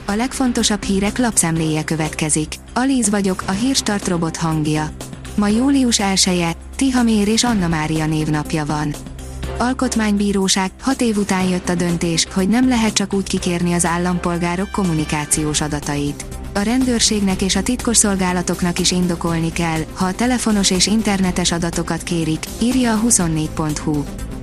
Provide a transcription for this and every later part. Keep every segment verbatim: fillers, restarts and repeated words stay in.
A legfontosabb hírek lapszemléje következik. Alíz vagyok, a Hírstart robot hangja. Ma július elseje, Tihamér és Anna Mária névnapja van. Alkotmánybíróság, hat év után jött a döntés, hogy nem lehet csak úgy kikérni az állampolgárok kommunikációs adatait. A rendőrségnek és a titkosszolgálatoknak is indokolni kell, ha a telefonos és internetes adatokat kérik, írja a huszonnégy pont hu.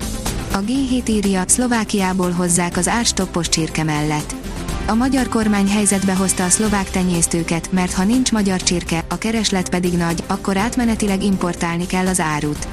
A gé hét írja, Szlovákiából hozzák az árstoppos csirke mellett. A magyar kormány helyzetbe hozta a szlovák tenyésztőket, mert ha nincs magyar csirke, a kereslet pedig nagy, akkor átmenetileg importálni kell az árut.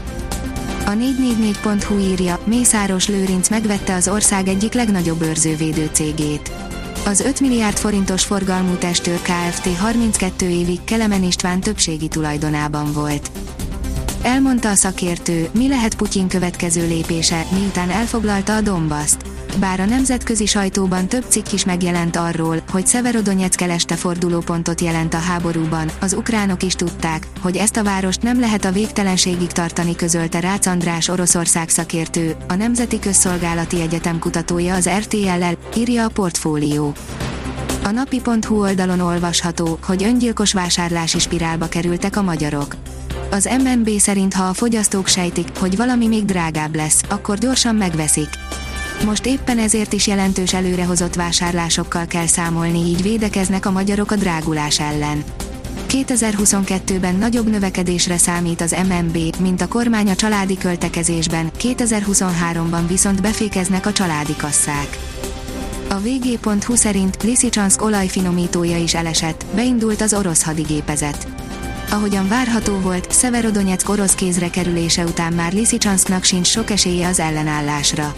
A négy négy négy pont hu írja, Mészáros Lőrinc megvette az ország egyik legnagyobb őrzővédő cégét. Az öt milliárd forintos forgalmú testőr Kft. harminckettő évig Kelemen István többségi tulajdonában volt. Elmondta a szakértő, mi lehet Putyin következő lépése, miután elfoglalta a Donbaszt. Bár a nemzetközi sajtóban több cikk is megjelent arról, hogy Szeverodonyeck este fordulópontot jelent a háborúban, az ukránok is tudták, hogy ezt a várost nem lehet a végtelenségig tartani, közölte Rácz András Oroszország szakértő, a Nemzeti Közszolgálati Egyetem kutatója az er té el-el, írja a Portfólió. A napi pont hu oldalon olvasható, hogy öngyilkos vásárlási spirálba kerültek a magyarok. Az em en bé szerint, ha a fogyasztók sejtik, hogy valami még drágább lesz, akkor gyorsan megveszik. Most éppen ezért is jelentős előrehozott vásárlásokkal kell számolni, így védekeznek a magyarok a drágulás ellen. kétezer-huszonkettőben nagyobb növekedésre számít az em en bé, mint a kormány a családi költekezésben, kétezer-huszonháromban viszont befékeznek a családi kasszák. A vé gé pont hu szerint Liszicsanszk olajfinomítója is elesett, beindult az orosz hadigépezet. Ahogyan várható volt, Szeverodonyeck orosz kézre kerülése után már Liszicsanszknak sincs sok esélye az ellenállásra.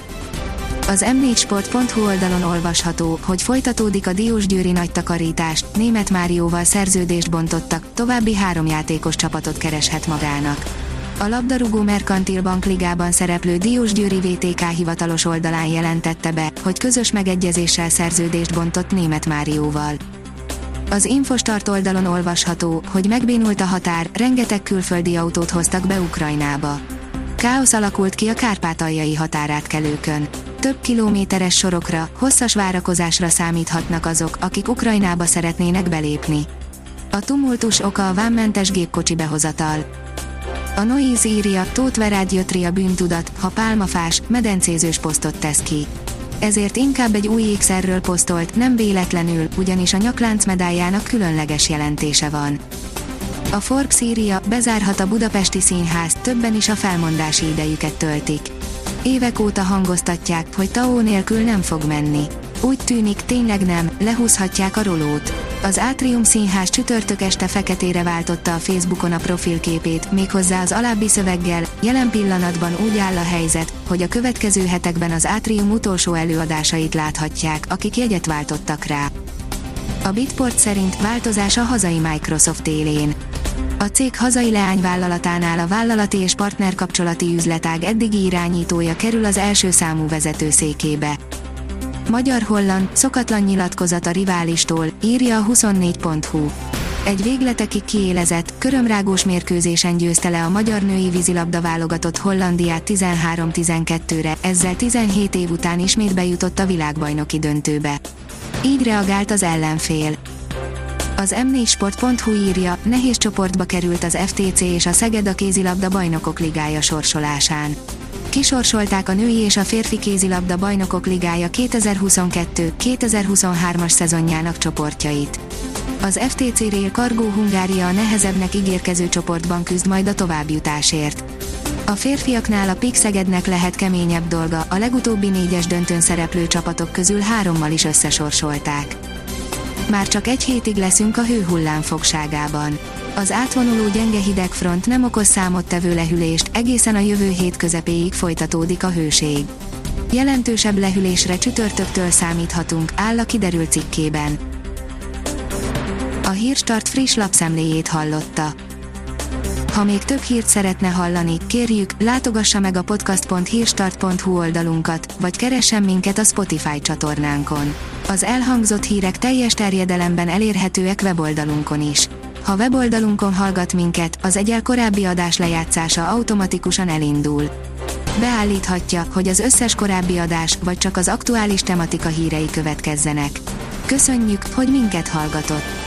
Az em négy sport pont hu oldalon olvasható, hogy folytatódik a diósgyőri nagy takarítás, Németh Márióval szerződést bontottak, további három játékos csapatot kereshet magának. A labdarúgó Merkantil Bankligában szereplő Diósgyőri vé té ká hivatalos oldalán jelentette be, hogy közös megegyezéssel szerződést bontott Németh Márióval. Az Infostart oldalon olvasható, hogy megbénult a határ, rengeteg külföldi autót hoztak be Ukrajnába. Káosz alakult ki a kárpátaljai határátkelőkön. Több kilométeres sorokra, hosszas várakozásra számíthatnak azok, akik Ukrajnába szeretnének belépni. A tumultus oka a vámmentes gépkocsi behozatal. A Noise írja, Tóth Verád jöttri a bűntudat, ha pálmafás, medencézős posztot tesz ki. Ezért inkább egy új ékszerről posztolt, nem véletlenül, ugyanis a nyaklánc medáljának különleges jelentése van. A Forbes írja, bezárhat a budapesti színház, többen is a felmondási idejüket töltik. Évek óta hangoztatják, hogy té á o nélkül nem fog menni. Úgy tűnik, tényleg nem, lehúzhatják a rolót. Az Átrium Színház csütörtök este feketére váltotta a Facebookon a profilképét, méghozzá az alábbi szöveggel, jelen pillanatban úgy áll a helyzet, hogy a következő hetekben az Átrium utolsó előadásait láthatják, akik jegyet váltottak rá. A Bitport szerint változás a hazai Microsoft élén. A cég hazai leányvállalatánál a vállalati és partnerkapcsolati üzletág eddigi irányítója kerül az első számú vezetőszékébe. Magyar-holland, szokatlan nyilatkozat a riválistól, írja a huszonnégy pont hu. Egy végletekig kiélezett, körömrágós mérkőzésen győzte le a magyar női vízilabda válogatott Hollandiát tizenhárom tizenkettőre, ezzel tizenhét év után ismét bejutott a világbajnoki döntőbe. Így reagált az ellenfél. Az em négy sport pont hu írja, nehéz csoportba került az ef té cé és a Szeged a kézilabda bajnokok ligája sorsolásán. Kisorsolták a női és a férfi kézilabda bajnokok ligája kétezer-huszonkettő kétezer-huszonhármas szezonjának csoportjait. Az ef té cé Rail Cargo Hungária a nehezebbnek ígérkező csoportban küzd majd a továbbjutásért. A férfiaknál a PIK Szegednek lehet keményebb dolga, a legutóbbi négyes döntőn szereplő csapatok közül hárommal is összesorsolták. Már csak egy hétig leszünk a hőhullám fogságában. Az átvonuló gyenge hidegfront nem okoz számottevő lehűlést, egészen a jövő hét közepéig folytatódik a hőség. Jelentősebb lehűlésre csütörtöktől számíthatunk, áll a kiderült cikkében. A Hírstart friss lapszemléjét hallotta. Ha még több hírt szeretne hallani, kérjük, látogassa meg a podcast pont hírstart pont hu oldalunkat, vagy keressen minket a Spotify csatornánkon. Az elhangzott hírek teljes terjedelemben elérhetőek weboldalunkon is. Ha weboldalunkon hallgat minket, az egyel korábbi adás lejátszása automatikusan elindul. Beállíthatja, hogy az összes korábbi adás, vagy csak az aktuális tematika hírei következzenek. Köszönjük, hogy minket hallgatott!